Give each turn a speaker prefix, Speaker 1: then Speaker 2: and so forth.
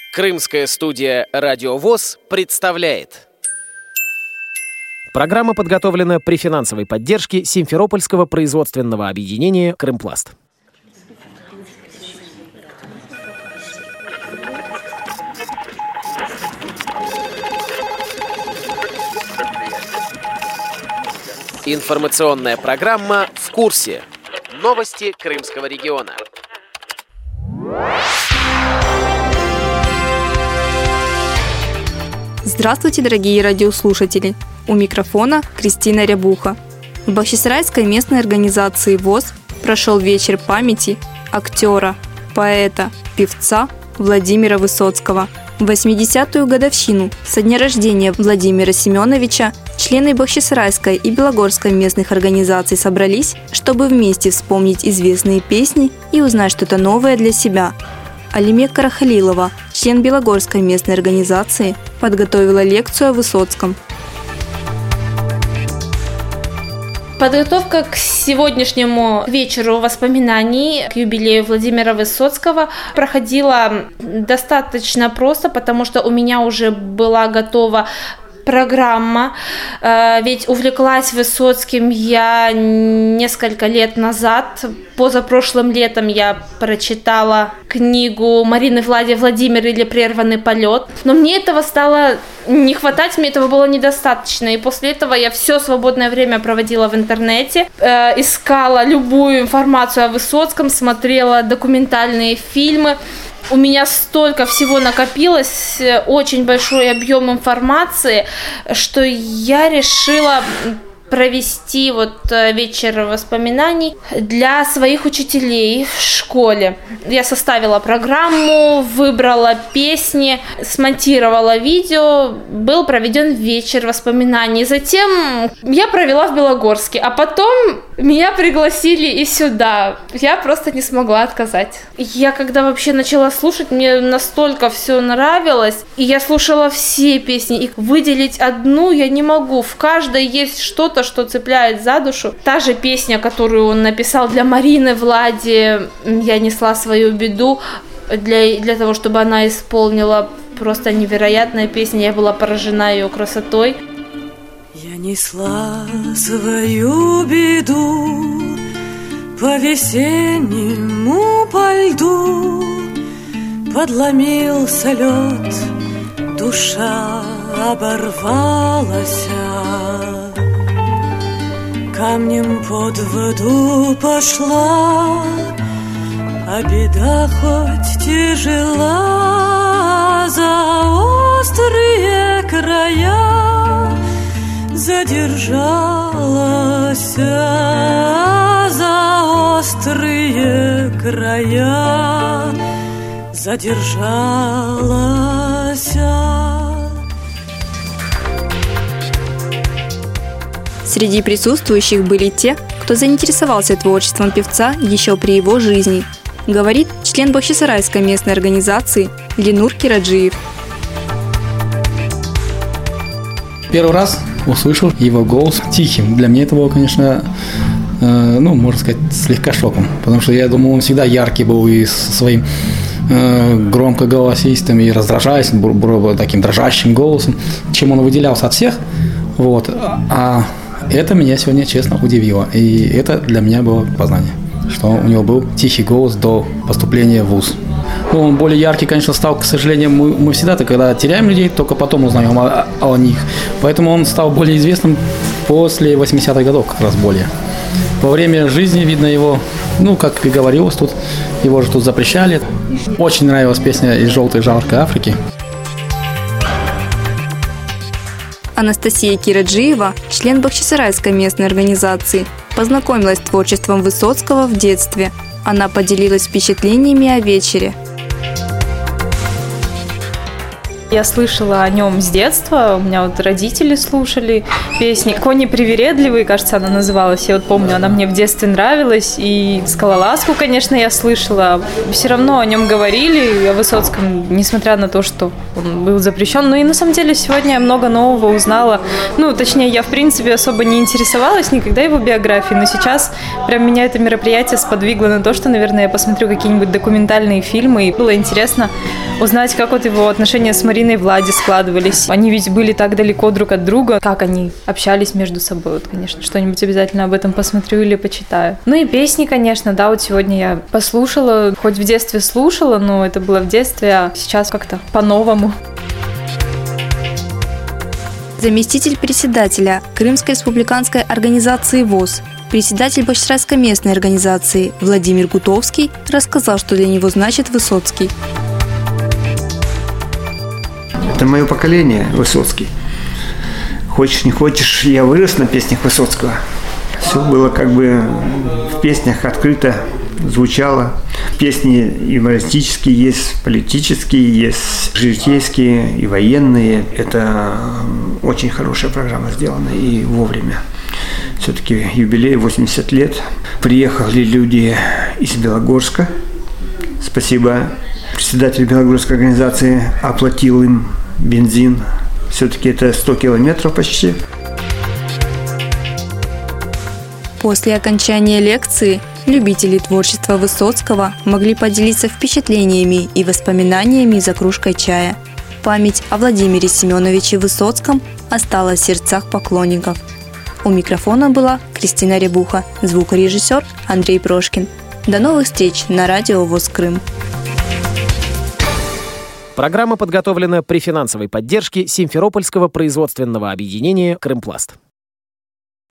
Speaker 1: Крымская студия «Радио ВОС» представляет. Программа подготовлена при финансовой поддержке Симферопольского производственного объединения «Крымпласт». Информационная программа «В курсе». Новости Крымского региона.
Speaker 2: Здравствуйте, дорогие радиослушатели! У микрофона Кристина Рябуха. В Бахчисарайской местной организации ВОС прошел вечер памяти актера, поэта, певца Владимира Высоцкого. В 80-ю годовщину со дня рождения Владимира Семеновича члены Бахчисарайской и Белогорской местных организаций собрались, чтобы вместе вспомнить известные песни и узнать что-то новое для себя. Алимек Карахалилова, член Белогорской местной организации, подготовила лекцию о Высоцком.
Speaker 3: Подготовка к сегодняшнему вечеру воспоминаний к юбилею Владимира Высоцкого проходила достаточно просто, потому что у меня уже была готова программа, ведь увлеклась Высоцким я несколько лет назад. Позапрошлым летом я прочитала книгу Марины Владимир или «Прерванный полет», но мне этого стало не хватать, мне этого было недостаточно, и после этого я все свободное время проводила в интернете, искала любую информацию о Высоцком, смотрела документальные фильмы. У меня столько всего накопилось, очень большой объем информации, что я решила провести вечер воспоминаний для своих учителей в школе. Я составила программу, выбрала песни, смонтировала видео, был проведен вечер воспоминаний. Затем я провела в Белогорске, а потом меня пригласили и сюда. Я просто не смогла отказать. Я когда вообще начала слушать, мне настолько все нравилось, и я слушала все песни, и выделить одну я не могу. В каждой есть что-то, что цепляет за душу. Та же песня, которую он написал для Марины Влади, «Я несла свою беду», для того, чтобы она исполнила, просто невероятная песня. Я была поражена ее красотой.
Speaker 4: Я несла свою беду по весеннему по льду, подломился лед, душа оборвалась, камнем под воду пошла, а беда хоть тяжела, за острые края задержалась, за острые края задержалась.
Speaker 2: Среди присутствующих были те, кто заинтересовался творчеством певца еще при его жизни, говорит член Бахчисарайской местной организации Ленур Кираджиев.
Speaker 5: Первый раз услышал его голос тихим. Для меня это было, конечно, можно сказать, слегка шоком, потому что я думал, он всегда яркий был и со своим громкоголосистым и раздражаясь, таким дрожащим голосом, чем он выделялся от всех. А это меня сегодня, честно, удивило. И это для меня было познание, что у него был тихий голос до поступления в вуз. Он более яркий, конечно, стал, к сожалению, мы всегда-то, когда теряем людей, только потом узнаем о них. Поэтому он стал более известным после 80-х годов, как раз более. Во время жизни, видно, его, как и говорилось тут, его же тут запрещали. Очень нравилась песня «Из желтой жаркой Африки».
Speaker 2: Анастасия Кираджиева, член Бахчисарайской местной организации, познакомилась с творчеством Высоцкого в детстве. Она поделилась впечатлениями о вечере.
Speaker 6: Я слышала о нем с детства, у меня вот родители слушали песни. «Кони привередливые», кажется, она называлась. Я вот помню, она мне в детстве нравилась. И «Скалолазку», конечно, я слышала. Все равно о нем говорили, о Высоцком, несмотря на то, что он был запрещен. Ну и на самом деле сегодня я много нового узнала. Ну, точнее, я в принципе особо не интересовалась никогда его биографией, но сейчас прям меня это мероприятие сподвигло на то, что, наверное, я посмотрю какие-нибудь документальные фильмы. И было интересно узнать, как вот его отношения с Мариной Влади складывались. Они ведь были так далеко друг от друга, как они общались между собой. Вот, конечно, что-нибудь обязательно об этом посмотрю или почитаю. Ну и песни, конечно, да, вот сегодня я послушала, хоть в детстве слушала, но это было в детстве, а сейчас как-то по-новому.
Speaker 2: Заместитель председателя Крымской республиканской организации ВОС, председатель Бахчисарайской местной организации Владимир Гутовский рассказал, что для него значит Высоцкий.
Speaker 7: Это мое поколение, Высоцкий. Хочешь, не хочешь, я вырос на песнях Высоцкого. Все было как бы в песнях открыто звучало. Песни юмористические есть, политические есть, житейские и военные. Это очень хорошая программа сделана и вовремя. Все-таки юбилей 80 лет. Приехали люди из Белогорска. Спасибо. Председатель Белогорской организации оплатил им бензин. Все-таки это 100 километров почти.
Speaker 2: После окончания лекции любители творчества Высоцкого могли поделиться впечатлениями и воспоминаниями за кружкой чая. Память о Владимире Семеновиче Высоцком осталась в сердцах поклонников. У микрофона была Кристина Рябуха, звукорежиссер Андрей Прошкин. До новых встреч на радио ВОС Крым.
Speaker 1: Программа подготовлена при финансовой поддержке Симферопольского производственного объединения «Крымпласт».